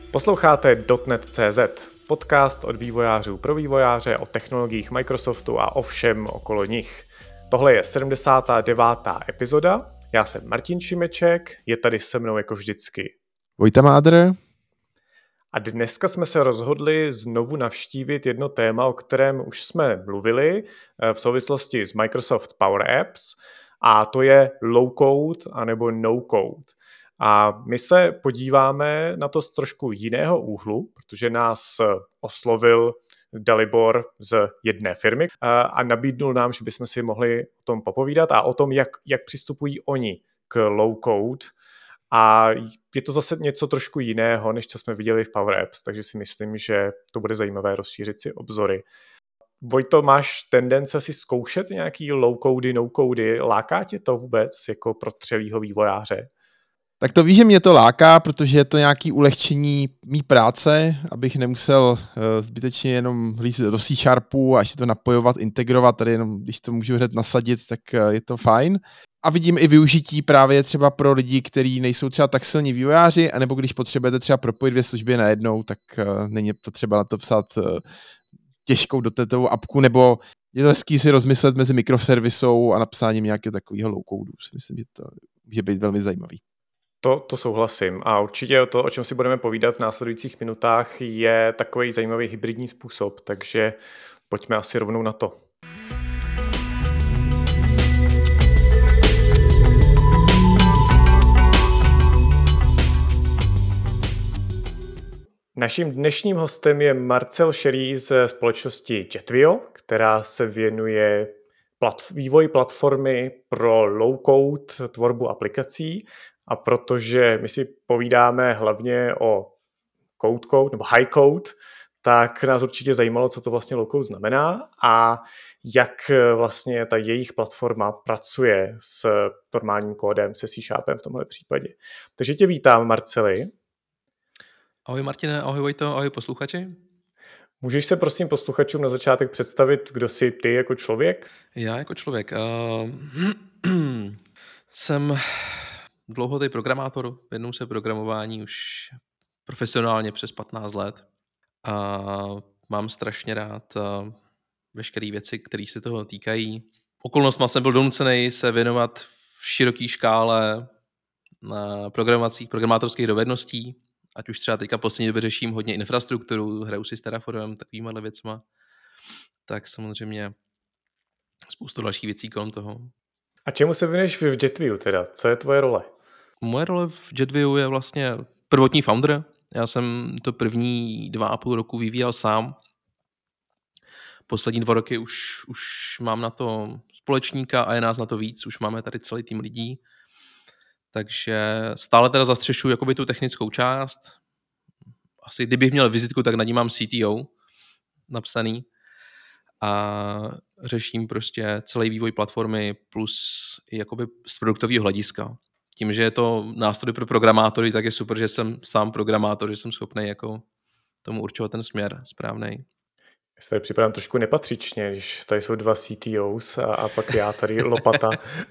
Posloucháte .NET.cz, podcast od vývojářů pro vývojáře o technologiích Microsoftu a o všem okolo nich. Tohle je 79. epizoda, já jsem Martin Šimeček, je tady se mnou jako vždycky Vojta Mádr. A dneska jsme se rozhodli znovu navštívit jedno téma, o kterém už jsme mluvili v souvislosti s Microsoft Power Apps, a to je low-code anebo no-code. A my se podíváme na to z trošku jiného úhlu, protože nás oslovil Dalibor z jedné firmy a nabídnul nám, že bychom si mohli o tom popovídat a o tom, jak přistupují oni k low-code. A je to zase něco trošku jiného, než co jsme viděli v Power Apps, takže si myslím, že to bude zajímavé rozšířit si obzory. Vojto, máš tendence si zkoušet nějaký low-cody, no-cody? Láká tě to vůbec jako protřelýho vývojáře? Tak to víš, že mě to láká, protože je to nějaké ulehčení mý práce, abych nemusel zbytečně jenom hlíst do C-Sharpu a ještě to napojovat, integrovat, tady jenom když to můžu hned nasadit, tak je to fajn. A vidím i využití právě třeba pro lidi, kteří nejsou třeba tak silní vývojáři, anebo když potřebujete třeba propojit dvě služby najednou, tak není potřeba na to psát těžkou dotetovou apku, nebo je to hezký si rozmyslet mezi mikroservisou a napsáním nějakého takového low-codu. Myslím, že to může být velmi zajímavý. To souhlasím a určitě to, o čem si budeme povídat v následujících minutách, je takový zajímavý hybridní způsob, takže pojďme asi rovnou na to. Naším dnešním hostem je Marcel Šerý ze společnosti Jetvio, která se věnuje vývoji platformy pro low-code tvorbu aplikací. A protože my si povídáme hlavně o code nebo high code, tak nás určitě zajímalo, co to vlastně low-code znamená a jak vlastně ta jejich platforma pracuje s normálním kódem, se C-Sharpem v tomhle případě. Takže tě vítám, Marceli. Ahoj Martine, ahoj Vojto, ahoj posluchači. Můžeš se prosím posluchačům na začátek představit, kdo jsi ty jako člověk? Já jako člověk jsem dlouhodobý programátor, věnuju se programování už profesionálně přes 15 let a mám strašně rád veškeré věci, které se toho týkají. Okolnostma jsem byl donucený se věnovat v široké škále programátorských dovedností, ať už třeba teďka poslední době řeším hodně infrastrukturu, hraju si s Terraformem, takovýmhle věcma, tak samozřejmě spoustu dalších věcí kolem toho. A čemu se věnuješ v Jetvio teda? Co je tvoje role? Moje role v Jetvio je vlastně prvotní founder. Já jsem to první 2,5 roku vyvíjel sám. Poslední 2 roky už mám na to společníka a je nás na to víc. Už máme tady celý tým lidí. Takže stále teda zastřešuji jakoby tu technickou část. Asi kdybych měl vizitku, tak nad ní mám CTO napsaný. A řeším prostě celý vývoj platformy plus i jakoby z produktového hlediska. Tím, že je to nástroj pro programátory, tak je super, že jsem sám programátor, že jsem schopný jako tomu určovat ten směr správnej. Já se tady připadám trošku nepatřičně, když tady jsou 2 CTOs a pak já tady lopata.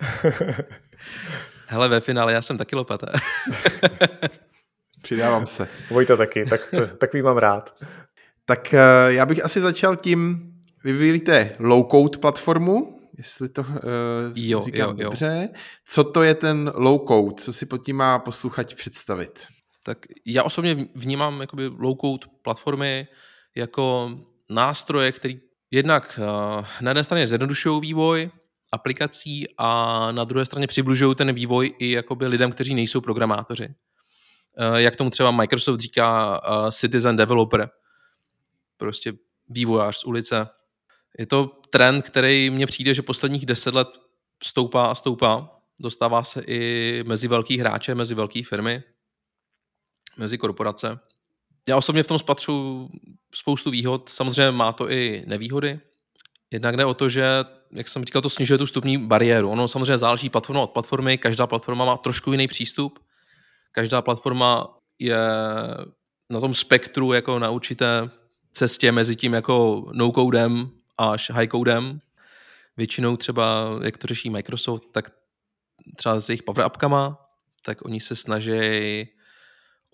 Hele, ve finále já jsem taky lopata. Přidávám se. Vojta taky, takový mám rád. Tak já bych asi začal tím, vy vyvíjíte low-code platformu, jestli to říkám dobře. Co to je ten low-code? Co si pod tím má posluchač představit? Tak já osobně vnímám jakoby low-code platformy jako nástroje, který jednak na jedné straně zjednodušují vývoj aplikací a na druhé straně přibližují ten vývoj i jakoby lidem, kteří nejsou programátoři. Jak tomu třeba Microsoft říká citizen developer, prostě vývojář z ulice. Je to trend, který mně přijde, že posledních 10 let stoupá a stoupá. Dostává se i mezi velký hráče, mezi velké firmy, mezi korporace. Já osobně v tom spatřuji spoustu výhod. Samozřejmě má to i nevýhody. Jednak jde o to, že, jak jsem říkal, to snižuje tu vstupní bariéru. Ono samozřejmě záleží platforma od platformy, každá platforma má trošku jiný přístup. Každá platforma je na tom spektru jako na určité cestě mezi tím jako no-codem až high-codem. Většinou třeba, jak to řeší Microsoft, tak třeba s jejich Power Appkama, tak oni se snaží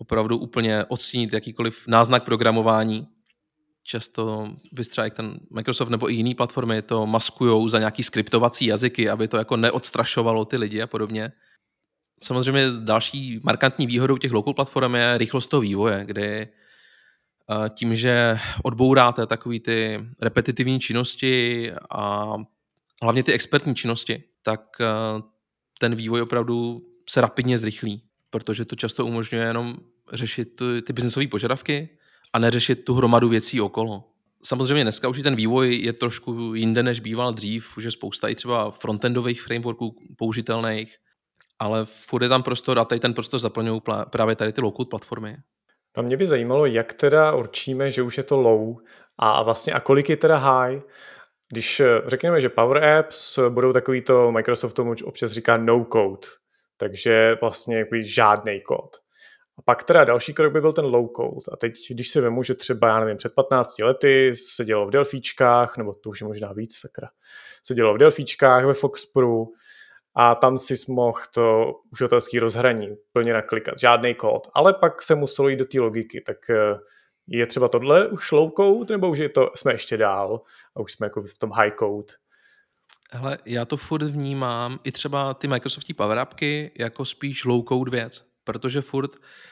opravdu úplně odstínit jakýkoliv náznak programování. Často vystřelí ten Microsoft nebo i jiné platformy to maskujou za nějaký skriptovací jazyky, aby to jako neodstrašovalo ty lidi a podobně. Samozřejmě další markantní výhodou těch local platform je rychlost toho vývoje, kdy tím, že odbouráte takový ty repetitivní činnosti a hlavně ty expertní činnosti, tak ten vývoj opravdu se rapidně zrychlí, protože to často umožňuje jenom řešit ty biznesové požadavky a neřešit tu hromadu věcí okolo. Samozřejmě dneska už ten vývoj je trošku jinde, než býval dřív, už je spousta i třeba frontendových frameworků použitelných, ale furt je tam prostor a tady ten prostor zaplňují právě tady ty low-code platformy. No mě by zajímalo, jak teda určíme, že už je to low a vlastně a kolik je teda high. Když řekněme, že Power Apps budou takovýto, Microsoft tomu občas říká no code, takže vlastně jako žádnej kód. A pak teda další krok by byl ten low code. A teď, když si vemu, že třeba, já nevím, před 15 lety se dělo v Delfíčkách, nebo to už je možná víc, sakra, se dělo v Delfíčkách, ve Foxpru, a tam si mohl to uživatelský rozhraní plně naklikat, žádný kód. Ale pak se muselo jít do té logiky, tak je třeba tohle už low code, nebo už je to, jsme ještě dál a už jsme jako v tom high code? Hele, já to furt vnímám, i třeba ty Microsoftí Power Appky, jako spíš low code věc, protože furt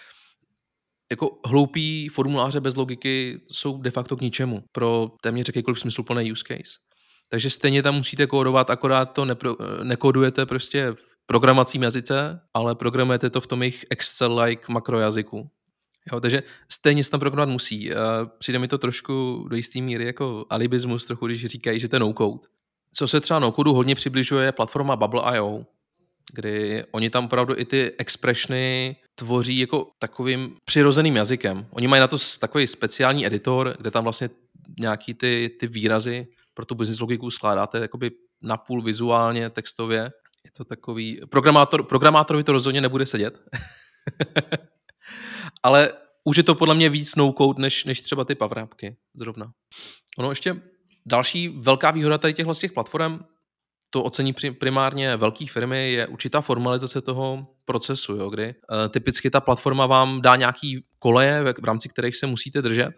jako hloupý formuláře bez logiky jsou de facto k ničemu pro téměř jakýkoliv smysluplný use case. Takže stejně tam musíte kódovat, akorát to nekódujete prostě v programovacím jazyce, ale programujete to v tom jejich Excel-like makrojazyku. Jo, takže stejně se tam programovat musí. Přijde mi to trošku do jistý míry jako alibismus trochu, když říkají, že to je no-code. Co se třeba no-codu hodně přibližuje, je platforma Bubble.io, kdy oni tam opravdu i ty expressiony tvoří jako takovým přirozeným jazykem. Oni mají na to takový speciální editor, kde tam vlastně nějaký ty výrazy pro tu business logiku skládáte jakoby napůl vizuálně, textově. Je to takový... Programátorovi to rozhodně nebude sedět. Ale už je to podle mě víc no-code, než třeba ty Power Appky zrovna. Ono ještě další velká výhoda tady těch platform, to ocení primárně velké firmy, je určitá formalizace toho procesu, jo, kdy typicky ta platforma vám dá nějaký koleje, v rámci kterých se musíte držet.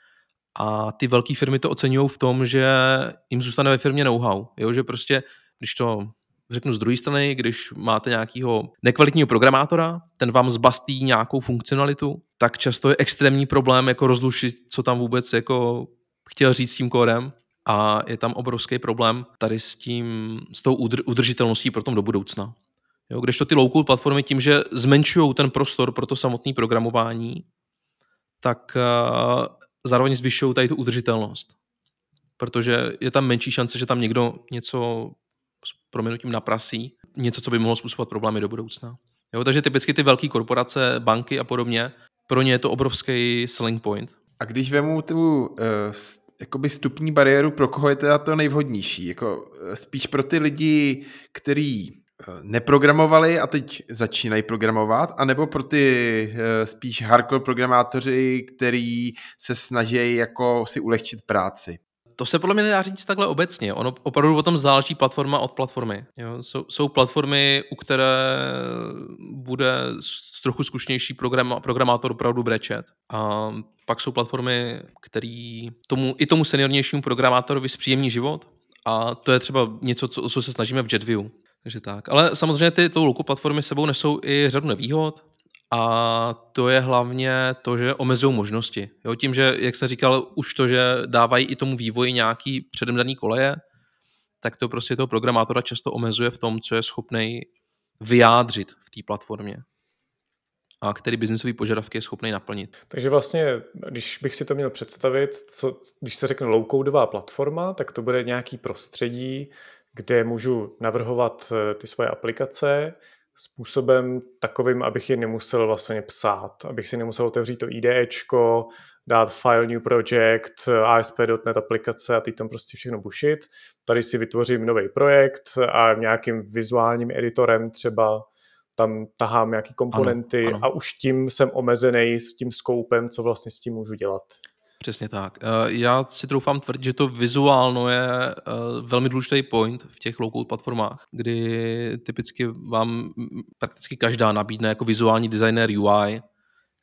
A ty velké firmy to oceňují v tom, že jim zůstane ve firmě know-how. Jo, že prostě, když to řeknu z druhé strany, když máte nějakého nekvalitního programátora, ten vám zbastí nějakou funkcionalitu, tak často je extrémní problém jako rozlušit, co tam vůbec jako chtěl říct s tím kódem. A je tam obrovský problém tady s tou udržitelností pro tom do budoucna. Jo, kdežto ty low-code platformy tím, že zmenšují ten prostor pro to samotné programování, tak zároveň zvyšují tady tu udržitelnost. Protože je tam menší šance, že tam někdo něco s prominutím naprasí, něco, co by mohlo způsobovat problémy do budoucna. Jo, takže typicky ty velké korporace, banky a podobně, pro ně je to obrovský selling point. A když vemu tu jakoby stupní bariéru, pro koho je teda to nejvhodnější? Jako spíš pro ty lidi, kteří neprogramovali a teď začínají programovat, anebo pro ty spíš hardcore programátoři, kteří se snaží jako si ulehčit práci? To se podle mě nedá říct takhle obecně. Ono opravdu o tom záleží platforma od platformy. Jo? Jsou platformy, u které bude trochu zkušenější programátor opravdu brečet. A pak jsou platformy, které tomu seniornějšímu programátorovi zpříjemní život. A to je třeba něco, co se snažíme v JetView. Takže tak. Ale samozřejmě ty local platformy sebou nesou i řadu nevýhod. A to je hlavně to, že omezují možnosti. Jo, tím, že, jak jsem říkal, už to, že dávají i tomu vývoji nějaký předem daný koleje, tak to prostě toho programátora často omezuje v tom, co je schopný vyjádřit v té platformě a který biznisový požadavky je schopný naplnit. Takže vlastně, když bych si to měl představit, když se řekne low-codová platforma, tak to bude nějaký prostředí, kde můžu navrhovat ty svoje aplikace způsobem takovým, abych je nemusel vlastně psát, abych si nemusel otevřít to IDEčko, dát file new project, ASP.NET aplikace a teď tam prostě všechno bušit. Tady si vytvořím nový projekt a nějakým vizuálním editorem třeba tam tahám nějaký komponenty ano. A už tím jsem omezený s tím skoupem, co vlastně s tím můžu dělat. Přesně tak. Já si troufám tvrdit, že to vizuálno je velmi důležitý point v těch low-code platformách, kdy typicky vám prakticky každá nabídne jako vizuální designer UI,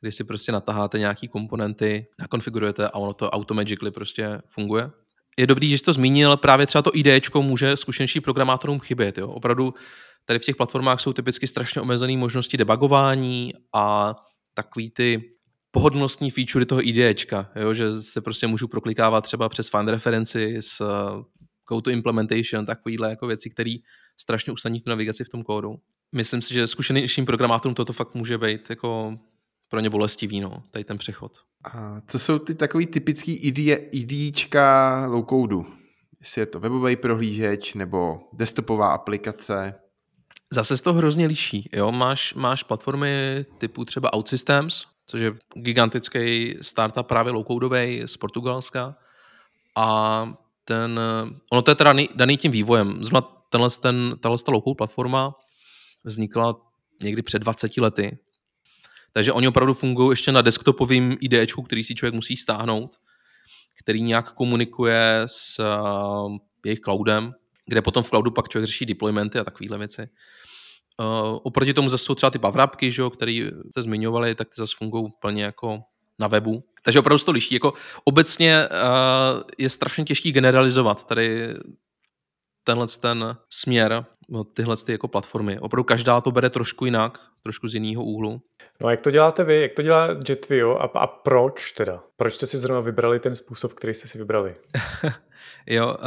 kdy si prostě nataháte nějaký komponenty, nakonfigurujete a ono to automagically prostě funguje. Je dobrý, že jsi to zmínil, právě třeba to IDEčko může zkušenějším programátorům chybět. Jo? Opravdu tady v těch platformách jsou typicky strašně omezené možnosti debugování a takový ty pohodlnostní featurey toho IDEčka, jo? Že se prostě můžu proklikávat třeba přes find referenci s go to implementation, takovýhle jako věci, které strašně usnadní tu navigaci v tom kódu. Myslím si, že zkušenějším programátorům toto fakt může být jako pro ně bolestivý, no, tady ten přechod. A co jsou ty takový typický IDEčka low-codu? Jestli je to webový prohlížeč nebo desktopová aplikace? Zase se to hrozně liší. Jo? Máš platformy typu třeba OutSystems, což je gigantický startup právě low-codovej z Portugalska. A ono to je teda daný tím vývojem. Zrovna tahle low-code platforma vznikla někdy před 20 lety. Takže oni opravdu fungují ještě na desktopovém IDEčku, který si člověk musí stáhnout, který nějak komunikuje s jejich cloudem, kde potom v cloudu pak člověk řeší deploymenty a takovéhle věci. Oproti tomu zase jsou třeba ty power-upky, které jste zmiňovali, tak ty zase fungují plně jako na webu. Takže opravdu se to liší. Jako obecně je strašně těžký generalizovat tady ten směr, tyhle jako platformy. Opravdu každá to bere trošku jinak, trošku z jiného úhlu. No a jak to děláte vy? Jak to dělá Jetvio? A proč teda? Proč jste si zrovna vybrali ten způsob, který jste si vybrali? Jo,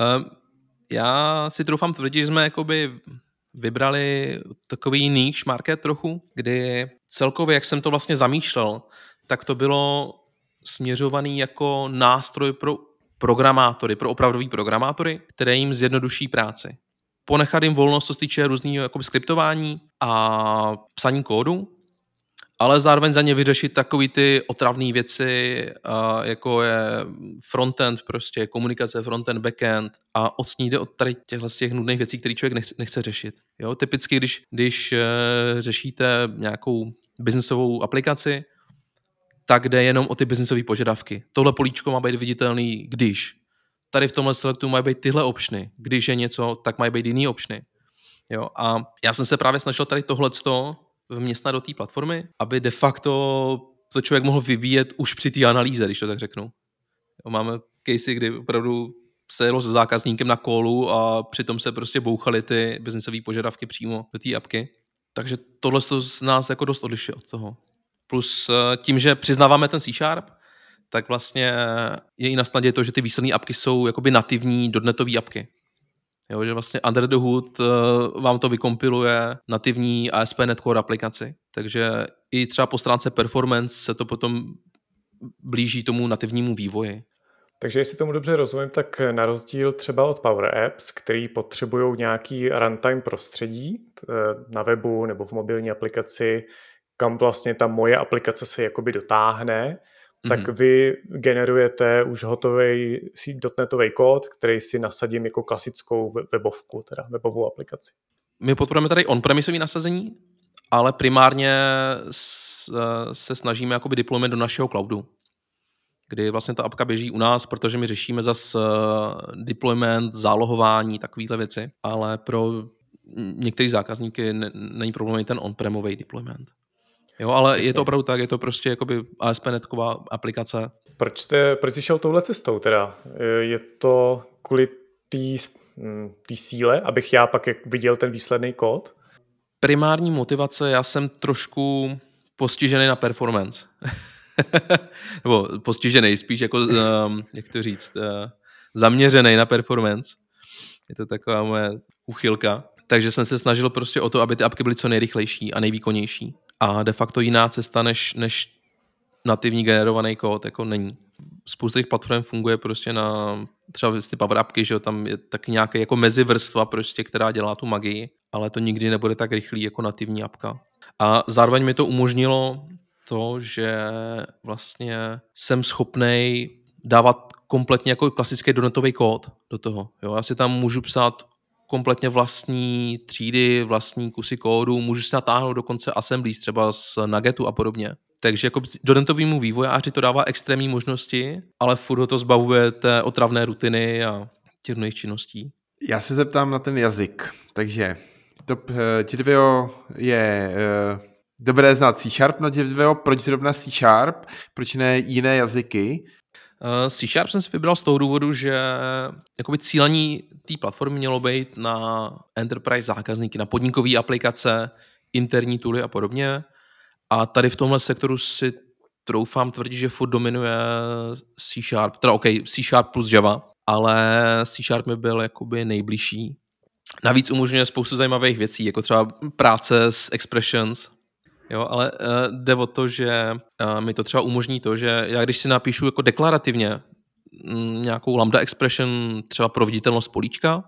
já si troufám tvrdit, že jsme jakoby vybrali takový niche market trochu, kdy celkově, jak jsem to vlastně zamýšlel, tak to bylo směřovaný jako nástroj pro programátory, pro opravdový programátory, které jim zjednoduší práci. Ponechat jim volnost, co se týče různého jakoby skriptování a psaní kódu, ale zároveň za ně vyřešit takový ty otravné věci, jako je frontend, prostě komunikace frontend, backend a jde od tady těch nudných věcí, které člověk nechce řešit. Jo? Typicky, když řešíte nějakou businessovou aplikaci, tak jde jenom o ty businessové požadavky. Tohle políčko má být viditelný, když. Tady v tomhle selectu mají být tyhle optiony. Když je něco, tak mají být jiný optiony. Jo? A já jsem se právě snažil tady tohleto vměstnat do té platformy, aby de facto to člověk mohl vyvíjet už při té analýze, když to tak řeknu. Jo, máme casey, kdy opravdu se jelo se zákazníkem na callu a přitom se prostě bouchaly ty businessové požadavky přímo do té apky. Takže tohle z nás jako dost odlišuje od toho. Plus tím, že přiznáváme ten C#, tak vlastně je i na snadě to, že ty výsledné apky jsou jakoby nativní dotnetové apky. Jo, že vlastně under the hood vám to vykompiluje nativní ASP.NET Core aplikaci. Takže i třeba po stránce performance se to potom blíží tomu nativnímu vývoji. Takže jestli tomu dobře rozumím, tak na rozdíl třeba od Power Apps, který potřebují nějaký runtime prostředí na webu nebo v mobilní aplikaci, kam vlastně ta moje aplikace se jakoby dotáhne, tak vy generujete už hotový .NETový kód, který si nasadím jako klasickou webovku, teda webovou aplikaci. My podporujeme tady on-premisové nasazení, ale primárně se snažíme jakoby deployment do našeho cloudu, kdy vlastně ta apka běží u nás, protože my řešíme zase deployment, zálohování, takovéhle věci, ale pro některé zákazníky není problém ten on-premový deployment. Jo, ale jasně. Je to opravdu tak, je to prostě jakoby ASP.NETková aplikace. Proč jsi šel touhle cestou teda? Je to kvůli té síle, abych já pak viděl ten výsledný kód? Primární motivace, já jsem trošku postižený na performance. Nebo postižený, spíš jako, jak to říct, zaměřený na performance. Je to taková moje uchylka. Takže jsem se snažil prostě o to, aby ty apky byly co nejrychlejší a nejvýkonnější. A de facto jiná cesta než nativní generovaný kód jako není. Spousta těch platform funguje prostě na třeba ty power appky, že jo, tam je tak nějaký jako mezivrstva prostě, která dělá tu magii, ale to nikdy nebude tak rychlý jako nativní apka. A zároveň mi to umožnilo to, že vlastně jsem schopnej dávat kompletně jako klasický .NETový kód do toho. Jo, já si tam můžu psát kompletně vlastní třídy, vlastní kusy kódu, můžu si natáhnout dokonce assemblies, třeba z Nuggetu a podobně. Takže jako .NETovému vývojáři to dává extrémní možnosti, ale furt ho to zbavuje té otravné rutiny a těch různých činností. Já se zeptám na ten jazyk. Takže Jetvio je dobré znát C Sharp na JetVeo, proč zrovna C Sharp, proč ne jiné jazyky? C Sharp jsem si vybral z toho důvodu, že jakoby cílení té platformy mělo být na enterprise zákazníky, na podnikové aplikace, interní tooly a podobně. A tady v tomhle sektoru si troufám tvrdit, že furt dominuje C Sharp, teda OK, C Sharp plus Java, ale C Sharp mi byl jakoby nejbližší. Navíc umožňuje spoustu zajímavých věcí, jako třeba práce s expressions, jo, ale jde o to, že mi to třeba umožní to, že já když si napíšu jako deklarativně nějakou lambda expression třeba pro viditelnost políčka,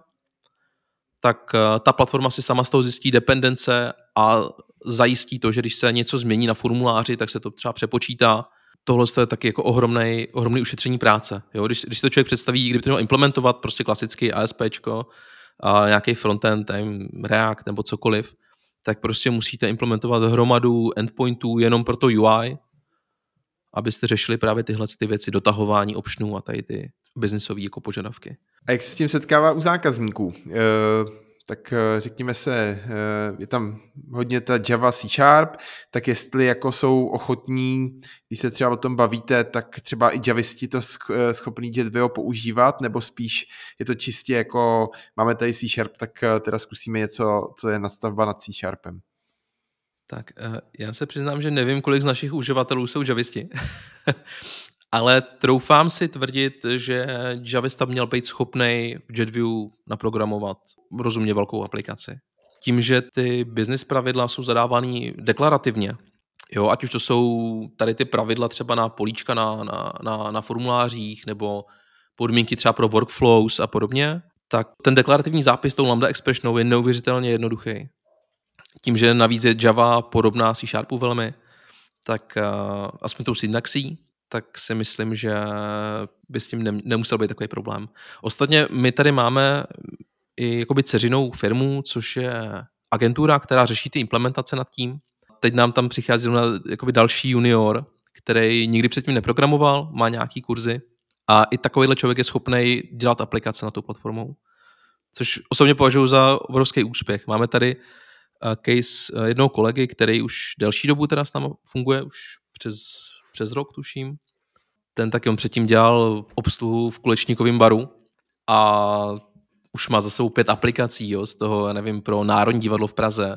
tak ta platforma si sama z toho zjistí dependence a zajistí to, že když se něco změní na formuláři, tak se to třeba přepočítá. Tohle je taky jako ohromný ušetření práce. Jo? Když si to člověk představí, kdyby to měl implementovat prostě klasicky ASPčko, a nějaký frontend, React nebo cokoliv, tak prostě musíte implementovat hromadu endpointů jenom pro to UI, abyste řešili právě tyhle ty věci, dotahování optionů a tady ty biznisové jako požadavky. A jak se s tím setkává u zákazníků? Tak řekněme se, je tam hodně ta Java C Sharp, tak jestli jako jsou ochotní, když se třeba o tom bavíte, tak třeba i javisti to schopný JetVeo používat, nebo spíš je to čistě jako máme tady C Sharp, tak teda zkusíme něco, co je nastavba nad C Sharpem. Tak já se přiznám, že nevím, kolik z našich uživatelů jsou javisti, ale troufám si tvrdit, že javista měl být schopný v JetView naprogramovat rozumně velkou aplikaci. Tím, že ty business pravidla jsou zadávaný deklarativně, jo, ať už to jsou tady ty pravidla třeba na políčka na formulářích nebo podmínky třeba pro workflows a podobně, tak ten deklarativní zápis tou lambda expressionou je neuvěřitelně jednoduchý. Tím, že navíc je Java podobná C Sharpu velmi, tak aspoň tou syntaxí, tak si myslím, že by s tím nemusel být takový problém. Ostatně my tady máme i jakoby dceřinou firmu, což je agentura, která řeší ty implementace nad tím. Teď nám tam přichází jakoby další junior, který nikdy předtím neprogramoval, má nějaký kurzy a i takovýhle člověk je schopný dělat aplikace na tu platformou. Což osobně považuji za obrovský úspěch. Máme tady case jednoho kolegy, který už delší dobu teda s námi funguje, už přes rok tuším. Ten taky on předtím dělal obsluhu v Kulečníkovém baru a už má za sebou 5 aplikací, jo, z toho, já nevím, pro Národní divadlo v Praze,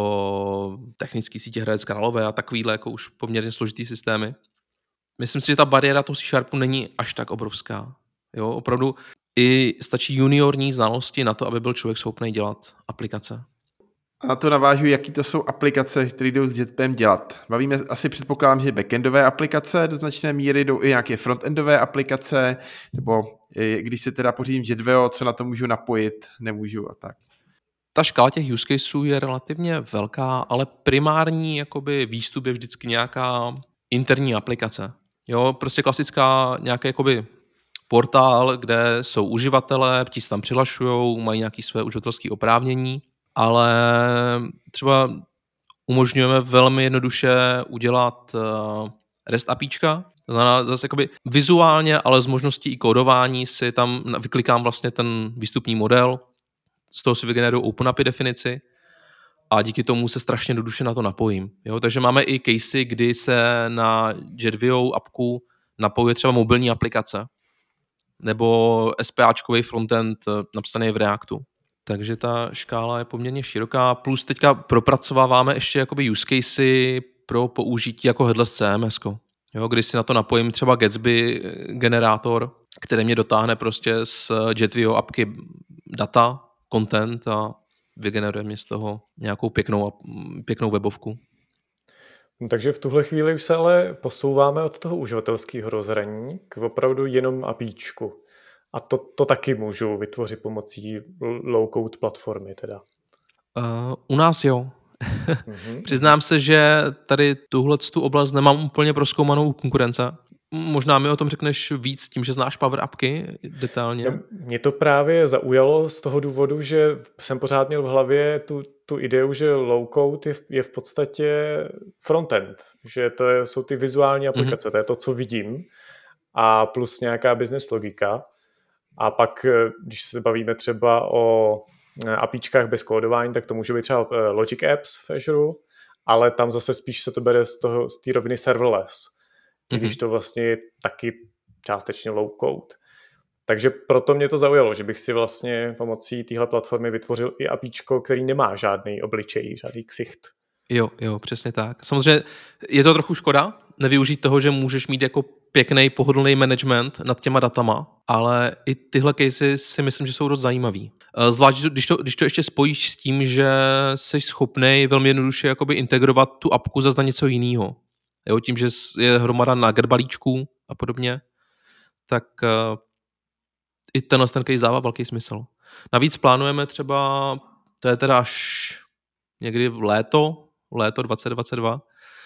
pro technické sítě Hradec Králové a takovýhle jako už poměrně složitý systémy. Myslím si, že ta bariéra toho C-Sharpu není až tak obrovská. Jo, opravdu i stačí juniorní znalosti na to, aby byl člověk schopný dělat aplikace. A na to navážu, jaký to jsou aplikace, které jdou s JetPem dělat. Bavíme, asi předpokládám, že backendové aplikace do značné míry jdou i nějaké frontendové aplikace, nebo když se teda pořídím JetVeo, co na to můžu napojit, nemůžu a tak. Ta škála těch use caseů je relativně velká, ale primární jakoby výstup je vždycky nějaká interní aplikace. Jo, prostě klasická nějaký jakoby portál, kde jsou uživatelé, ti se tam přihlašují, mají nějaké své uživatelské oprávnění, ale třeba umožňujeme velmi jednoduše udělat REST APIčka, to znamená zase jakoby vizuálně, ale z možností i kódování si tam vyklikám vlastně ten výstupní model, z toho si vygeneruju OpenAPI definici a díky tomu se strašně jednoduše na to napojím. Jo? Takže máme i casey, kdy se na JetVeo appku napojuje třeba mobilní aplikace nebo SPAčkový frontend napsaný v Reactu. Takže ta škála je poměrně široká, plus teďka propracováváme ještě jakoby use casey pro použití jako headless CMS. Jo, když si na to napojím třeba Gatsby generátor, který mě dotáhne prostě z JetVeo appky data, content a vygeneruje mě z toho nějakou pěknou webovku. Takže v tuhle chvíli už se ale posouváme od toho uživatelského rozhraní k opravdu jenom APIčku. A to taky můžu vytvořit pomocí low-code platformy teda. U nás jo. Přiznám se, že tady tu oblast nemám úplně prozkoumanou u konkurence. Možná mi o tom řekneš víc tím, že znáš Power Appky detailně. No, mě to právě zaujalo z toho důvodu, že jsem pořád měl v hlavě tu ideu, že low-code je v podstatě frontend, že jsou ty vizuální aplikace, to je to, co vidím, a plus nějaká business logika. A pak, když se bavíme třeba o APIčkách bez kódování, tak to může být třeba Logic Apps v Azure, ale tam zase spíš se to bere z té roviny serverless, když to vlastně je taky částečně low code. Takže proto mě to zaujalo, že bych si vlastně pomocí téhle platformy vytvořil i APIčko, který nemá žádný obličej, žádný ksicht. Jo, přesně tak. Samozřejmě je to trochu škoda nevyužít toho, že můžeš mít jako pěkný, pohodlný management nad těma datama, ale i tyhle casey si myslím, že jsou dost zajímavý. Zvlášť, když to ještě spojíš s tím, že jsi schopnej velmi jednoduše jakoby integrovat tu apku zase na něco jiného. Jo, tím, že je hromada nugget balíčků a podobně, tak i ten case dává velký smysl. Navíc plánujeme třeba, to je teda až někdy v léto 2022,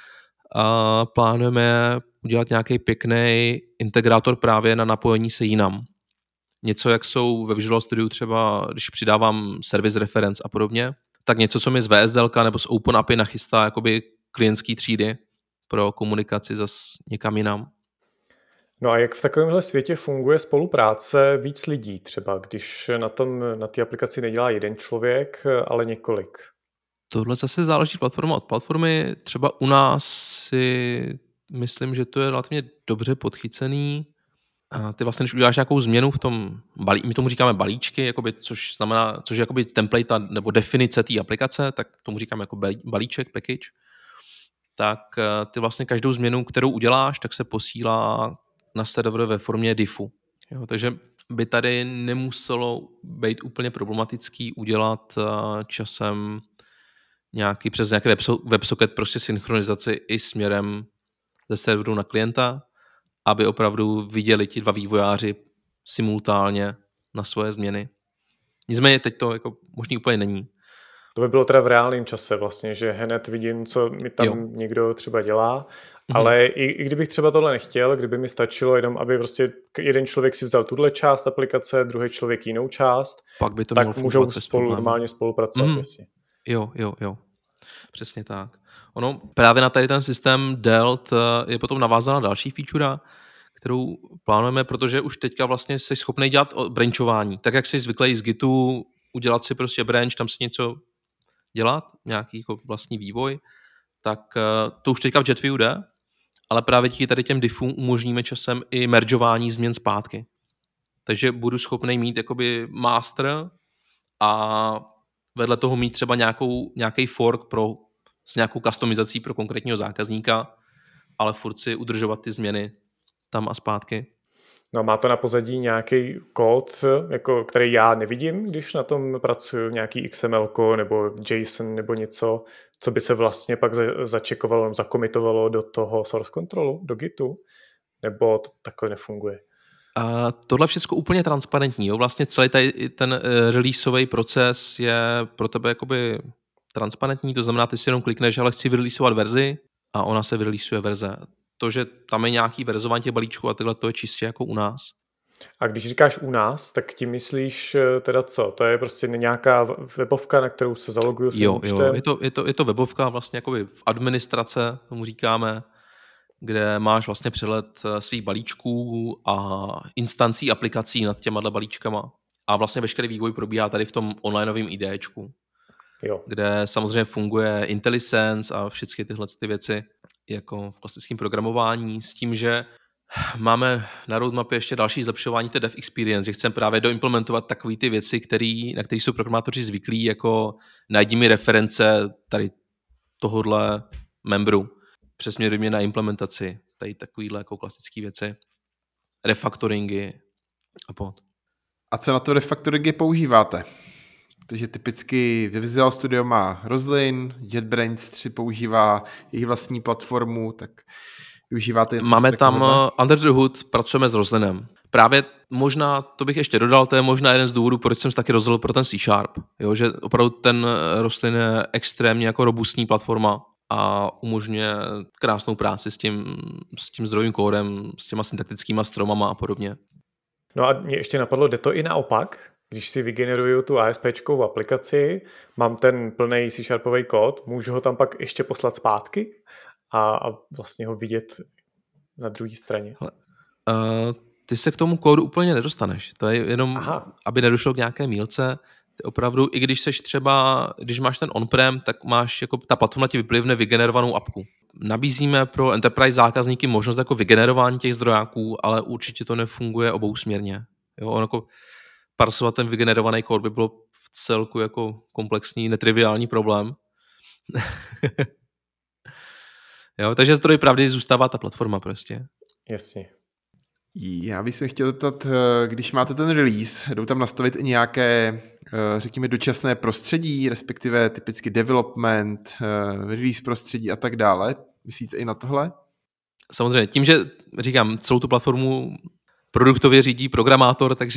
a plánujeme udělat nějaký pěkný integrátor právě na napojení se jinam. Něco, jak jsou ve Visual Studio třeba, když přidávám service reference a podobně, tak něco, co mi z VSDLka nebo z OpenAPI nachystá jakoby klientský třídy pro komunikaci zase někam jinam. No a jak v takovémhle světě funguje spolupráce víc lidí třeba, když na té aplikaci nedělá jeden člověk, ale několik? Tohle zase záleží platforma od platformy. Třeba u nás si myslím, že to je relativně dobře podchycený. A ty vlastně, když uděláš nějakou změnu v tom my tomu říkáme balíčky, jakoby, což je jakoby template nebo definice té aplikace, tak tomu říkáme jako balíček, package. Tak ty vlastně každou změnu, kterou uděláš, tak se posílá na server ve formě diffu. Jo, takže by tady nemuselo být úplně problematický udělat časem přes nějaký WebSocket prostě synchronizaci i směrem ze serveru na klienta, aby opravdu viděli ti dva vývojáři simultánně na svoje změny. Nicméně teď to jako možný úplně není. To by bylo teda v reálném čase vlastně, že hned vidím, co mi tam někdo třeba dělá, ale i kdybych třeba tohle nechtěl, kdyby mi stačilo jenom, aby prostě jeden člověk si vzal tuhle část aplikace, druhý člověk jinou část, pak by to tak můžou normálně spolupracovat. Jo. Přesně tak. Ono právě na tady ten systém Delt je potom navázána další feature, kterou plánujeme, protože už teďka vlastně jsi schopný dělat branchování. Tak, jak jsi zvyklý z Gitu udělat si prostě branch, tam si něco dělat, nějaký jako vlastní vývoj, tak to už teďka v JetView jde, ale právě díky tady těm diffům umožníme časem i mergeování změn zpátky. Takže budu schopný mít jakoby master a vedle toho mít třeba nějaký fork s nějakou customizací pro konkrétního zákazníka, ale furt si udržovat ty změny tam a zpátky. No, má to na pozadí nějaký kód, jako, který já nevidím, když na tom pracuju, nějaký XML nebo JSON nebo něco, co by se vlastně pak začekovalo, zakomitovalo do toho source controlu, do Gitu, nebo to takhle nefunguje? Tohle všechno úplně transparentní. Jo? Vlastně celý ten releaseový proces je pro tebe jakoby transparentní, to znamená, ty si jenom klikneš, ale chci vyreleaseovat verzi a ona se vyreleaseuje verze. To, že tam je nějaký verzování těch balíčků a tyhle, to je čistě jako u nás. A když říkáš u nás, tak tím myslíš teda co? To je prostě nějaká webovka, na kterou se zaloguju svým účtem? Je to webovka vlastně jakoby v administrace, tomu říkáme, kde máš vlastně přehled svých balíčků a instancí aplikací nad těma balíčkama. A vlastně veškerý vývoj probíhá tady v tom onlineovém IDEčku, kde samozřejmě funguje IntelliSense a všechny tyhle ty věci jako v klasickém programování s tím, že máme na roadmapě ještě další zlepšování té dev experience, že chceme právě doimplementovat takové ty věci, na které jsou programátoři zvyklí, jako najdi mi reference tady tohodle membru, přesměruj mě na implementaci, tady takovýhle jako klasické věci, refactoringy a pod. A co na to refactoringy používáte? Protože typicky Visual Studio má Roslyn, JetBrains 3 používá jejich vlastní platformu, tak využíváte něco. Máme tam under the hood, pracujeme s Roslynem. Právě možná, to bych ještě dodal, to je možná jeden z důvodů, proč jsem se taky rozhodl pro ten C#. Jo, že opravdu ten Roslyn je extrémně jako robustní platforma a umožňuje krásnou práci s tím zdrojovým kódem, s těma syntaktickýma stromama a podobně. No a mě ještě napadlo, jde to i naopak? Když si vygeneruju tu ASPčkovou aplikaci, mám ten plný C# kód, můžu ho tam pak ještě poslat zpátky a vlastně ho vidět na druhé straně? Ty se k tomu kódu úplně nedostaneš. To je jenom, aby nedošlo k nějaké mýlce, Ty opravdu, i když seš třeba, když máš ten on-prem, tak máš jako ta platforma ti vyplivne vygenerovanou apku. Nabízíme pro enterprise zákazníky možnost jako vygenerování těch zdrojáků, ale určitě to nefunguje obousměrně. Jo, on jako parsovat ten vygenerovaný kód by bylo v celku jako komplexní, netriviální problém. Jo, takže zdroj pravdy zůstává ta platforma prostě. Jasně. Já bych se chtěl zeptat, když máte ten release, jdou tam nastavit i nějaké, řekněme, dočasné prostředí, respektive typicky development, release prostředí a tak dále. Myslíte i na tohle? Samozřejmě, tím, že říkám, celou tu platformu produktově řídí programátor, takže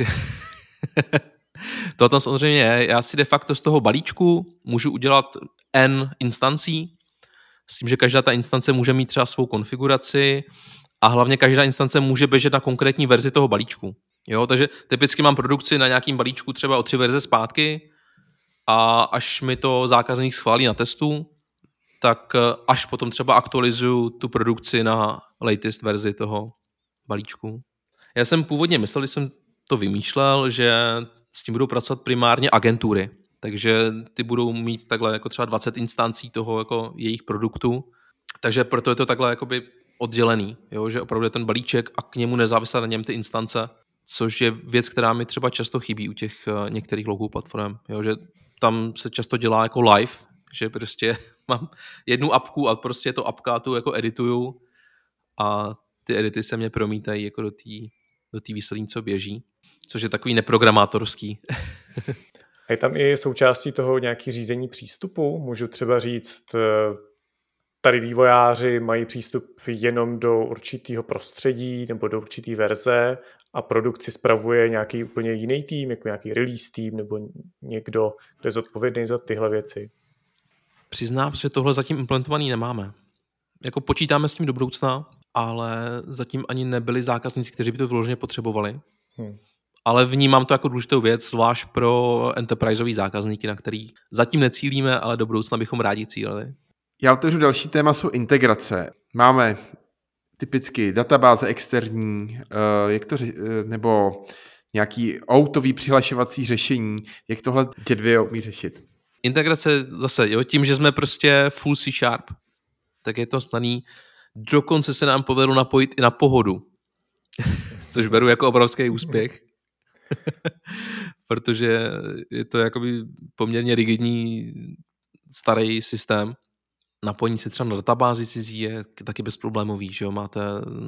to tam samozřejmě je. Já si de facto z toho balíčku můžu udělat n instancí, s tím, že každá ta instance může mít třeba svou konfiguraci a hlavně každá instance může běžet na konkrétní verzi toho balíčku. Jo, takže typicky mám produkci na nějakým balíčku třeba o 3 verze zpátky a až mi to zákazník schválí na testu, tak až potom třeba aktualizuju tu produkci na latest verzi toho balíčku. Já jsem původně myslel, když jsem to vymýšlel, že s tím budou pracovat primárně agentury, takže ty budou mít takhle jako třeba 20 instancí toho jako jejich produktu, takže proto je to takhle jakoby oddělený, jo? Že opravdu je ten balíček a k němu nezávisle na něm ty instance, což je věc, která mi třeba často chybí u těch některých logo platform, jo? Že tam se často dělá jako live, že prostě mám jednu apku a prostě to apka tu jako edituju a ty edity se mě promítají jako do té výslední, co běží, což je takový neprogramátorský. A je tam i součástí toho nějaký řízení přístupu? Můžu třeba říct, tady vývojáři mají přístup jenom do určitého prostředí nebo do určité verze a produkci spravuje nějaký úplně jiný tým, jako nějaký release tým nebo někdo, kdo je zodpovědný za tyhle věci. Přiznám, že tohle zatím implementovaný nemáme. Jako počítáme s tím do budoucna, ale zatím ani nebyli zákazníci, kteří by to vyloženě potřebovali. Ale vnímám to jako důležitou věc, zvlášť pro enterpriseový zákazníky, na který zatím necílíme, ale do budoucna bychom rádi cílili. Já otevřu další téma, jsou integrace. Máme typicky databáze externí, nebo nějaký autový přihlašovací řešení. Jak tohle dvě umí řešit? Integrace zase, jo, tím, že jsme prostě full C#, tak je to snadný. Dokonce se nám povedlo napojit i na Pohodu, což beru jako obrovský úspěch. Protože je to jakoby poměrně rigidní starý systém. Napojení se třeba na databázi cizí je taky bezproblémový, že jo? Máte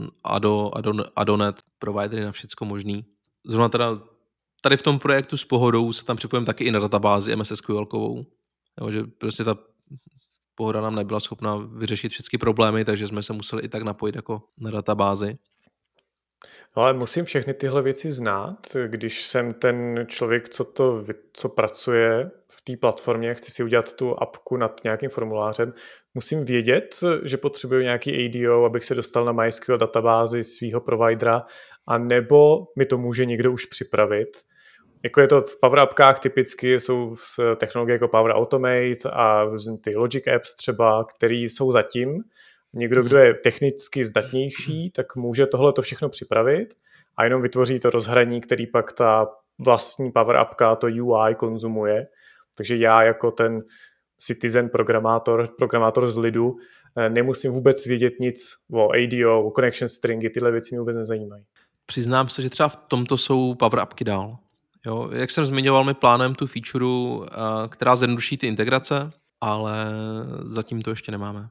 Adonet, providery na všecko možný. Zrovna teda tady v tom projektu s Pohodou se tam připojím taky i na databázi MS SQL-kovou. Jo, že prostě ta Pohoda nám nebyla schopna vyřešit všechny problémy, takže jsme se museli i tak napojit jako na databázi. No ale musím všechny tyhle věci znát, když jsem ten člověk, co pracuje v té platformě, chci si udělat tu apku nad nějakým formulářem, musím vědět, že potřebuju nějaký ADO, abych se dostal na MySQL databázi svého providera, a nebo mi to může někdo už připravit. Jako je to v Power Appkách typicky, jsou technologie jako Power Automate a ty Logic Apps třeba, které jsou zatím. Někdo, kdo je technicky zdatnější, tak může tohleto všechno připravit a jenom vytvoří to rozhraní, který pak ta vlastní Power Appka, to UI konzumuje. Takže já jako ten citizen programátor z lidu, nemusím vůbec vědět nic o ADO, o connection stringy, tyhle věci mě vůbec nezajímají. Přiznám se, že třeba v tomto jsou Power Appky dál. Jo, jak jsem zmiňoval, my plánujeme tu featureu, která zjednoduší ty integrace, ale zatím to ještě nemáme.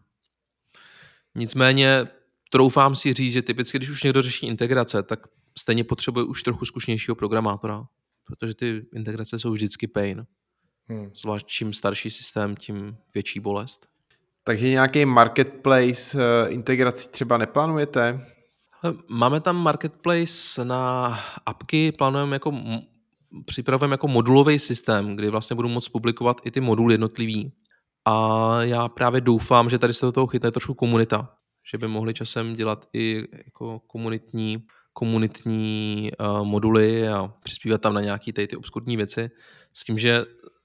Nicméně troufám si říct, že typicky, když už někdo řeší integrace, tak stejně potřebuje už trochu zkušenějšího programátora, protože ty integrace jsou vždycky pain. Zvlášť čím starší systém, tím větší bolest. Takže nějaký marketplace integrací třeba neplánujete? Máme tam marketplace na apky, připravujeme jako modulový systém, kdy vlastně budu moct publikovat i ty moduly jednotlivý. A já právě doufám, že tady se do toho chytne trošku komunita, že by mohli časem dělat i jako komunitní moduly a přispívat tam na nějaké ty obskurní věci. S tím, že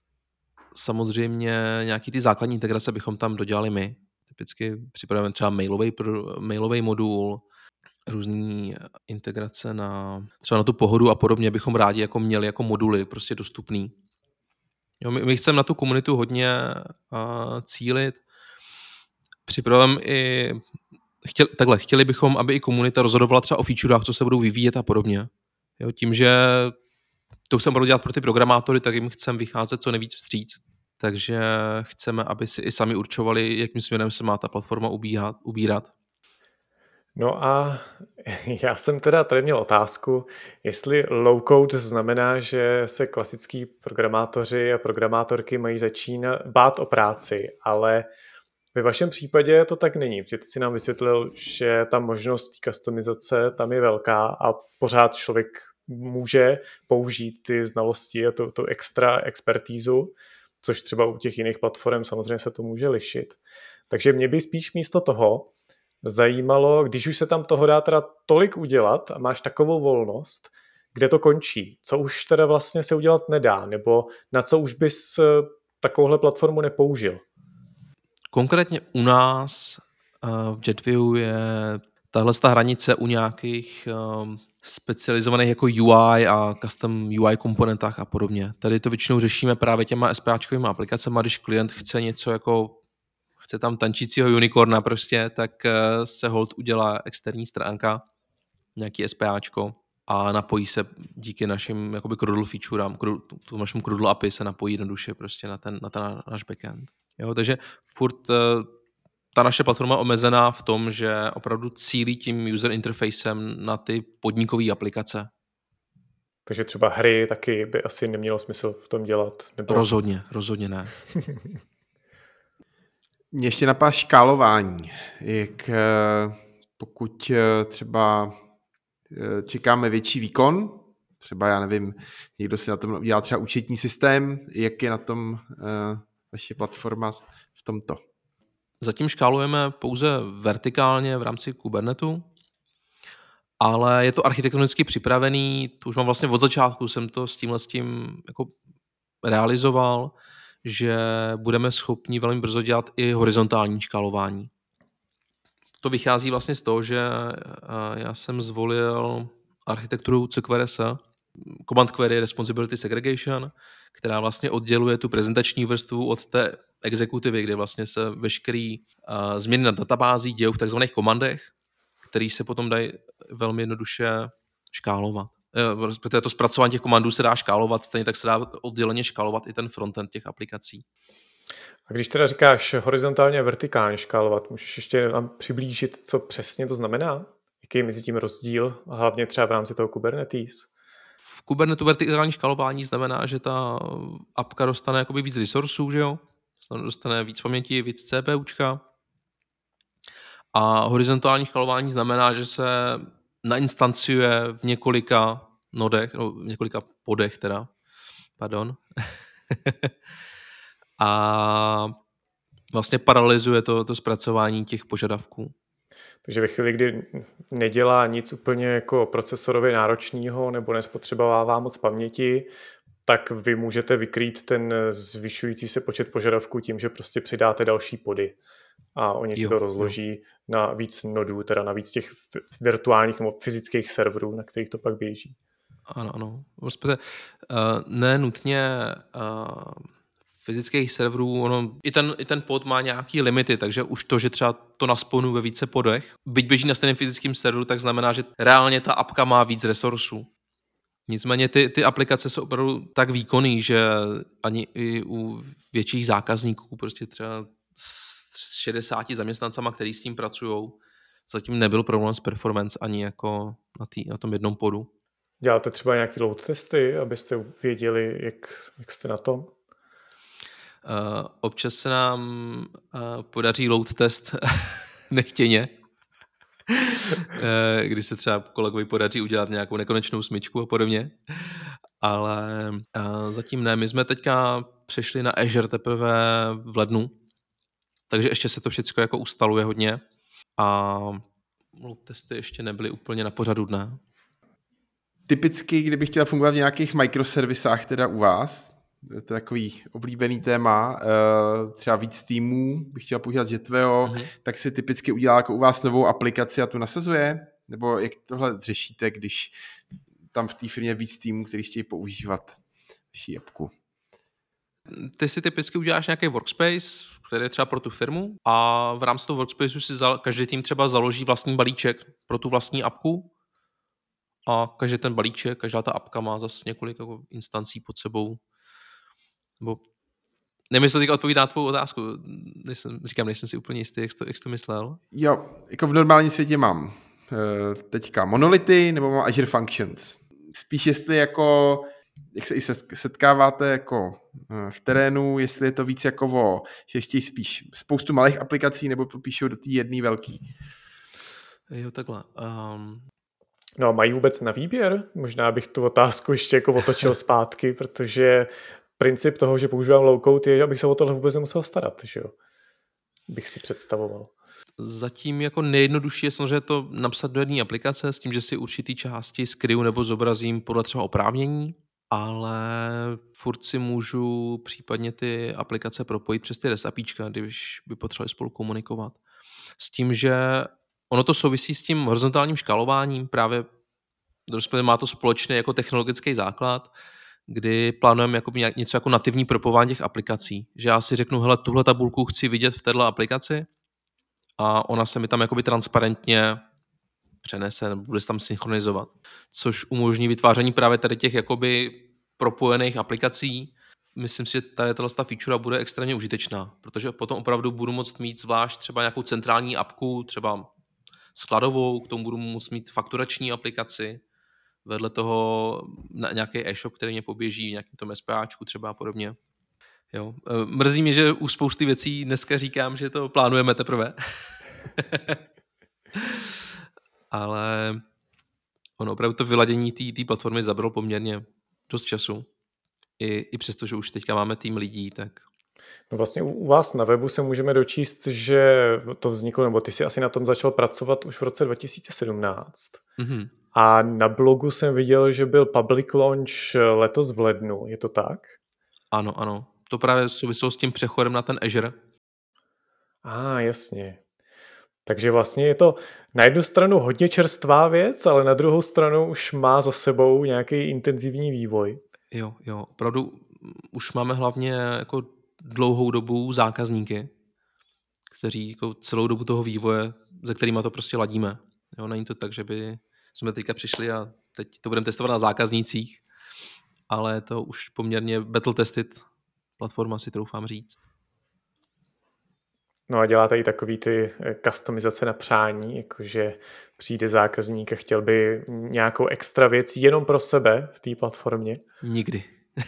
samozřejmě nějaký ty základní integrace bychom tam dodělali my. Typicky připravujeme třeba mailový modul, různý integrace třeba na tu Pohodu a podobně bychom rádi jako měli jako moduly prostě dostupný. Jo, my chceme na tu komunitu hodně cílit. Připravujeme i chtěli bychom, aby i komunita rozhodovala třeba o featurách, co se budou vyvíjet a podobně. Jo, tím, že to chceme budu dělat pro ty programátory, tak jim chceme vycházet co nejvíc vstříc. Takže chceme, aby si i sami určovali, jakým směrem se má ta platforma ubírat. No a já jsem teda tady měl otázku, jestli low-code znamená, že se klasický programátoři a programátorky mají začínat bát o práci, ale ve vašem případě to tak není, protože ty si nám vysvětlil, že ta možnost té customizace tam je velká a pořád člověk může použít ty znalosti a tu extra expertízu, což třeba u těch jiných platform samozřejmě se to může lišit. Takže mě by spíš místo toho zajímalo, když už se tam toho dá teda tolik udělat a máš takovou volnost, kde to končí, co už teda vlastně se udělat nedá, nebo na co už bys takovouhle platformu nepoužil. Konkrétně u nás v Jetview je tahle hranice u nějakých specializovaných jako UI a custom UI komponentách a podobně. Tady to většinou řešíme právě těma SPAčkovými aplikacemi, když klient chce něco jako chce tam tančícího unicorna prostě, tak se hold udělá externí stránka, nějaký SPAčko a napojí se díky našim jakoby CRUDL featurám, našemu CRUDL API se napojí jednoduše prostě na ten náš backend. Jo, takže furt ta naše platforma je omezená v tom, že opravdu cílí tím user interfacem na ty podnikové aplikace. Takže třeba hry taky by asi nemělo smysl v tom dělat? Nebo... Rozhodně ne. Mě ještě napadá škálování. Jak pokud třeba čekáme větší výkon, třeba já nevím, někdo si na tom udělá třeba účetní systém, jak je na tom vaše platforma v tomto? Zatím škálujeme pouze vertikálně v rámci Kubernetu, ale je to architektonicky připravený, to už mám vlastně od začátku, jsem to s tímhle jako realizoval, že budeme schopni velmi brzo dělat i horizontální škálování. To vychází vlastně z toho, že já jsem zvolil architekturu CQRS, Command Query Responsibility Segregation, která vlastně odděluje tu prezentační vrstvu od té exekutivy, kde vlastně se veškeré změny na databází dějou v takzvaných komandech, které se potom dají velmi jednoduše škálovat. Protože to zpracování těch komandů se dá škálovat, stejně tak se dá odděleně škálovat i ten frontend těch aplikací. A když teda říkáš horizontálně a vertikálně škálovat, můžeš ještě nám přiblížit, co přesně to znamená? Jaký je mezi tím rozdíl, a hlavně třeba v rámci toho Kubernetes? V Kubernetu vertikální škálování znamená, že ta apka dostane jakoby víc resursů, že jo? Dostane víc paměti, víc CPUčka. A horizontální škálování znamená, že se nainstanciuje v několika nodech, no, v několika podech teda, pardon. A vlastně paralelizuje to zpracování těch požadavků. Takže ve chvíli, kdy nedělá nic úplně jako procesorově náročného nebo nespotřebovává moc paměti, tak vy můžete vykrýt ten zvyšující se počet požadavků tím, že prostě přidáte další pody a oni si to rozloží na víc nodů, teda na víc těch virtuálních nebo fyzických serverů, na kterých to pak běží. Ano. Ne nutně fyzických serverů, i ten pod má nějaký limity, takže už to, že třeba to nasponu ve více podech, byť běží na stejném fyzickém serveru, tak znamená, že reálně ta apka má víc resursů. Nicméně ty aplikace jsou opravdu tak výkonný, že ani i u větších zákazníků, prostě třeba s 60 zaměstnancama, který s tím pracují, zatím nebyl problém s performance ani jako na tom jednom podu. Děláte třeba nějaký load testy, abyste věděli, jak jste na tom? Občas se nám podaří load test nechtěně, kdy se třeba kolegovi podaří udělat nějakou nekonečnou smyčku a podobně, ale zatím ne. My jsme teďka přešli na Azure teprve v lednu, takže ještě se to všechno jako ustaluje hodně a load testy ještě nebyly úplně na pořadu dne. Typicky, kdybych chtěl fungovat v nějakých microservisách teda u vás, to je takový oblíbený téma, třeba víc týmů, bych chtěl používat Jetveo, tak si typicky udělá jako u vás novou aplikaci a tu nasazuje? Nebo jak tohle řešíte, když tam v té firmě víc týmů, který chtějí používat vaši appku? Ty si typicky uděláš nějaký workspace, který je třeba pro tu firmu a v rámci toho workspaceu si každý tým třeba založí vlastní balíček pro tu vlastní apku a každý ten balíček, každá ta apka má zase několik jako instancí pod sebou. Nebo nevím, jestli to teďka odpovídá na tvou otázku. Nejsem si úplně jistý, jak jsi to myslel. Jo, jako v normálním světě mám teďka monolity nebo mám Azure Functions. Spíš jestli jako, jak se i setkáváte jako v terénu, jestli je to víc jako že ještě spíš spoustu malých aplikací nebo to píšou do té jedné velký. Jo, takhle. No a mají vůbec na výběr? Možná bych tu otázku ještě jako otočil zpátky, protože princip toho, že používám low-code, je, abych se o tohle vůbec nemusel starat, že jo? Bych si představoval. Zatím jako nejjednodušší je samozřejmě to napsat do jedné aplikace s tím, že si určitý části skryju nebo zobrazím podle třeba oprávnění, ale furt si můžu případně ty aplikace propojit přes ty REST APIčka, když by potřebovali spolu komunikovat. S tím, že ono to souvisí s tím horizontálním škálováním, právě má to společný jako technologický základ, kdy plánujeme něco jako nativní propojování těch aplikací. Že já si řeknu, hele, tuhle tabulku chci vidět v této aplikaci a ona se mi tam jakoby transparentně přenese nebo bude se tam synchronizovat. Což umožní vytváření právě tady těch jakoby propojených aplikací. Myslím si, že tady ta feature bude extrémně užitečná, protože potom opravdu budu moct mít zvlášť třeba nějakou centrální apku, třeba skladovou, k tomu budu moct mít fakturační aplikaci, vedle toho nějaký e-shop, který mě poběží, nějakým tom SPAčku třeba a podobně. Jo. Mrzí mě, že u spousty věcí dneska říkám, že to plánujeme teprve. Ale ono opravdu to vyladění té platformy zabralo poměrně dost času. I přesto, že už teďka máme tým lidí, tak... No vlastně u vás na webu se můžeme dočíst, že to vzniklo, nebo ty si asi na tom začal pracovat už v roce 2017. Mm-hmm. A na blogu jsem viděl, že byl public launch letos v lednu. Je to tak? Ano. To právě souviselo s tím přechodem na ten Azure. Jasně. Takže vlastně je to na jednu stranu hodně čerstvá věc, ale na druhou stranu už má za sebou nějaký intenzivní vývoj. Jo. Opravdu už máme hlavně jako dlouhou dobu zákazníky, kteří jako celou dobu toho vývoje, se kterýma to prostě ladíme. Jo, není to tak, že by jsme teďka přišli a teď to budeme testovat na zákaznících, ale to už poměrně battle tested platforma, si troufám říct. No a děláte i takový ty customizace na přání, jakože přijde zákazník a chtěl by nějakou extra věc jenom pro sebe v té platformě? Nikdy.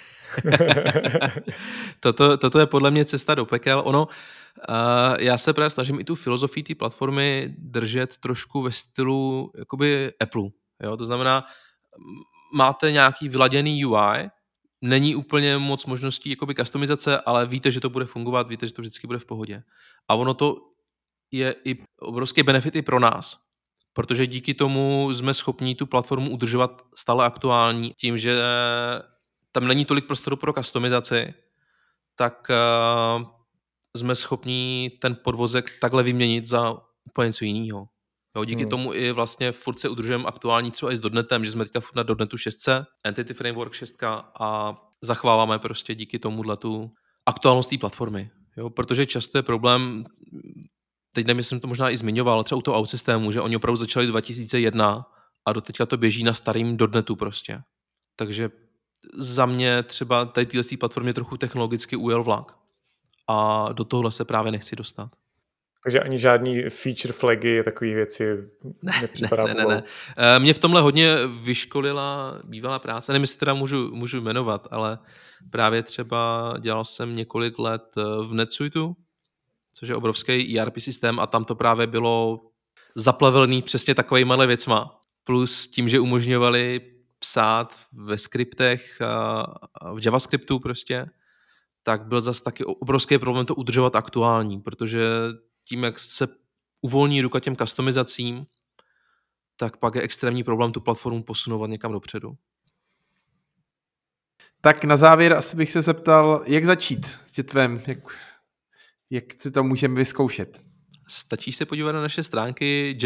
Toto je podle mě cesta do pekel. Já se právě snažím i tu filozofii té platformy držet trošku ve stylu jakoby Apple. Jo? To znamená, máte nějaký vyladěný UI, není úplně moc možností jakoby customizace, ale víte, že to bude fungovat, víte, že to vždycky bude v pohodě. A ono to je i obrovský benefit i pro nás, protože díky tomu jsme schopni tu platformu udržovat stále aktuální tím, že tam není tolik prostoru pro customizaci, tak jsme schopni ten podvozek takhle vyměnit za úplně něco jiného. Jo, díky tomu i vlastně furt se udržujeme aktuální třeba i s .NETem, že jsme teďka furt na .NETu 6, Entity Framework 6 a zachováváme prostě díky tomuhle tu aktuálnost té platformy. Jo, protože často je problém, teď nemyslím, to možná i zmiňoval, třeba u toho OutSystému, že oni opravdu začali 2001 a do teďka to běží na starým .NETu prostě. Takže za mě třeba tady téhle platformě trochu technologicky ujel vlak. A do tohle se právě nechci dostat. Takže ani žádný feature flagy, takové věci nepřipadá. Ne. Mě v tomhle hodně vyškolila bývalá práce. Nevím, jestli teda můžu jmenovat, ale právě třeba dělal jsem několik let v NetSuiteu, což je obrovský ERP systém a tam to právě bylo zaplevelný přesně takovejma věcma. Plus tím, že umožňovali psát ve skriptech a v JavaScriptu prostě, tak byl zase taky obrovský problém to udržovat aktuální, protože tím, jak se uvolní ruka těm customizacím, tak pak je extrémní problém tu platformu posunovat někam dopředu. Tak na závěr asi bych se zeptal, jak začít s Jetvem, jak si to můžeme vyzkoušet. Stačí se podívat na naše stránky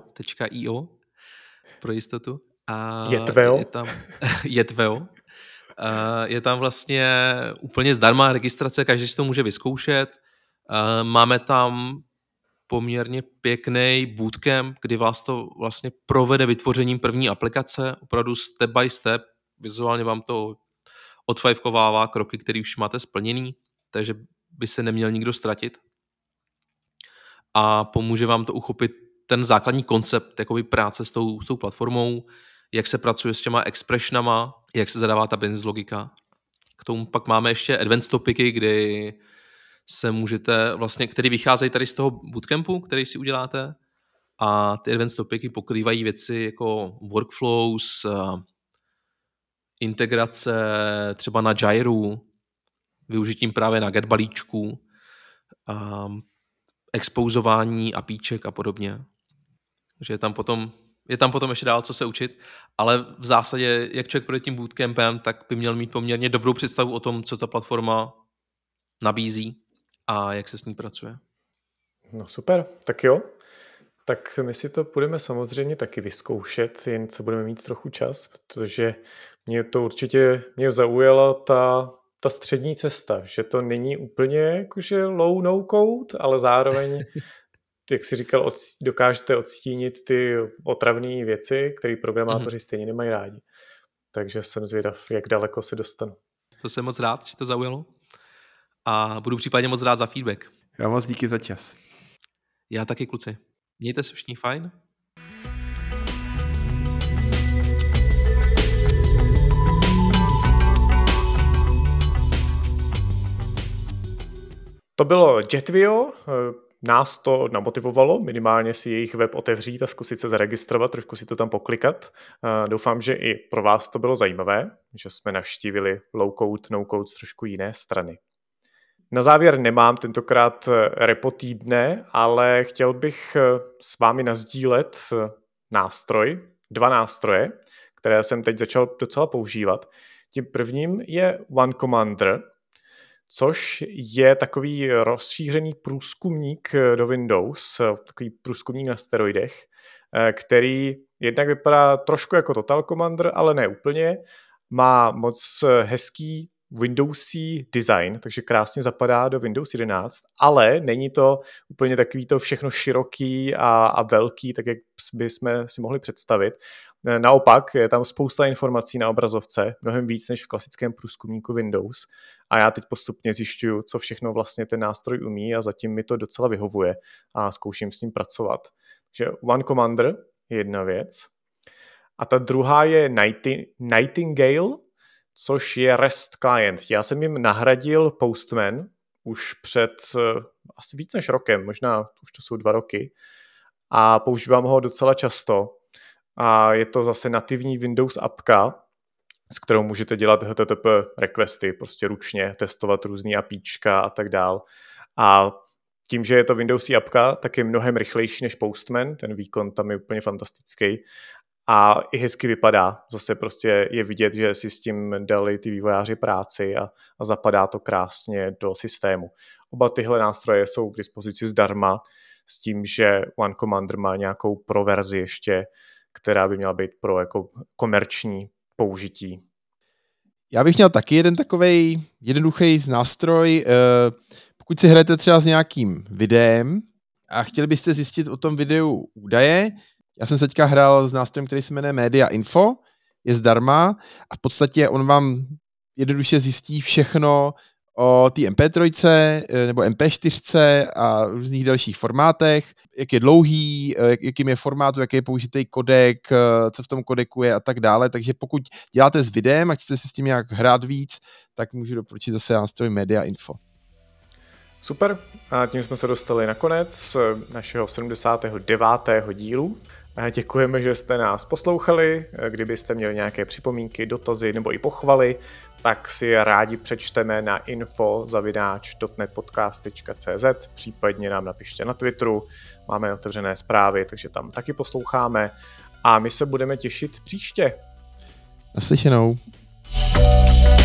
jetveo.io pro jistotu. A Jetveo? je tam Jetveo. Je tam vlastně úplně zdarma registrace, každý si to může vyzkoušet. Máme tam poměrně pěkný bootcamp, kdy vás to vlastně provede vytvořením první aplikace, opravdu step by step, vizuálně vám to odfajfkovává kroky, které už máte splněný, takže by se neměl nikdo ztratit. A pomůže vám to uchopit ten základní koncept jakoby práce s tou platformou, jak se pracuje s těma expressionama, jak se zadává ta business logika. K tomu pak máme ještě advanced topiky, kdy se můžete vlastně, který vycházejí tady z toho bootcampu, který si uděláte, a ty advanced topiky pokrývají věci jako workflows, integrace třeba na Jairu, využitím právě na get balíčku, expouzování APIček a podobně. Takže je tam potom ještě dál co se učit, ale v zásadě, jak člověk projde tím bootcampem, tak by měl mít poměrně dobrou představu o tom, co ta platforma nabízí a jak se s ní pracuje. No super, tak jo. Tak my si to budeme samozřejmě taky vyzkoušet, jen co budeme mít trochu čas, protože mě zaujala ta střední cesta, že to není úplně jakože low no code, ale zároveň, jak jsi říkal, dokážete odstínit ty otravné věci, které programátoři stejně nemají rádi. Takže jsem zvědav, jak daleko se dostanu. To jsem moc rád, že to zaujalo. A budu případně moc rád za feedback. Já moc díky za čas. Já taky, kluci. Mějte se všichni fajn. To bylo Jetvio, nás to namotivovalo minimálně si jejich web otevřít a zkusit se zaregistrovat, trošku si to tam poklikat. Doufám, že i pro vás to bylo zajímavé, že jsme navštívili low-code, no-code z trošku jiné strany. Na závěr nemám tentokrát repo týdne, ale chtěl bych s vámi nasdílet dva nástroje, které jsem teď začal docela používat. Tím prvním je One Commander, což je takový rozšířený průzkumník do Windows, takový průzkumník na steroidech, který jednak vypadá trošku jako Total Commander, ale ne úplně. Má moc hezký Windowsy design, takže krásně zapadá do Windows 11, ale není to úplně takový to všechno široký a velký, tak jak bychom si mohli představit. Naopak je tam spousta informací na obrazovce, mnohem víc než v klasickém průzkumníku Windows, a já teď postupně zjišťuju, co všechno vlastně ten nástroj umí, a zatím mi to docela vyhovuje a zkouším s ním pracovat. Takže One Commander je jedna věc. A ta druhá je Nightingale, což je REST client. Já jsem jim nahradil Postman už před asi víc než rokem, možná už to jsou 2 roky, a používám ho docela často. A je to zase nativní Windows appka, s kterou můžete dělat HTTP requesty, prostě ručně testovat různý APIčka a tak dál. A tím, že je to Windowsí appka, tak je mnohem rychlejší než Postman, ten výkon tam je úplně fantastický. A i hezky vypadá. Zase prostě je vidět, že si s tím dali ty vývojáři práci a zapadá to krásně do systému. Oba tyhle nástroje jsou k dispozici zdarma, s tím, že One Commander má nějakou pro verzi ještě, která by měla být pro jako komerční použití. Já bych měl taky jeden takovej jednoduchý nástroj. Pokud si hrajete třeba s nějakým videem a chtěli byste zjistit o tom videu údaje, já jsem se teďka hrál s nástrojem, který se jmenuje Media Info, je zdarma a v podstatě on vám jednoduše zjistí všechno o té MP3 nebo MP4 a různých dalších formátech, jak je dlouhý, jakým je formátu, jaký je použitý kodek, co v tom kodeku je a tak dále. Takže pokud děláte s videem a chcete si s tím nějak hrát víc, tak můžu doporučit zase nástroj Media Info. Super, a tím jsme se dostali na konec našeho 79. dílu. Děkujeme, že jste nás poslouchali. Kdybyste měli nějaké připomínky, dotazy nebo i pochvaly, tak si je rádi přečteme na info@.netpodcast.cz, případně nám napište na Twitteru, máme otevřené zprávy, takže tam taky posloucháme a my se budeme těšit příště. Naslyšenou.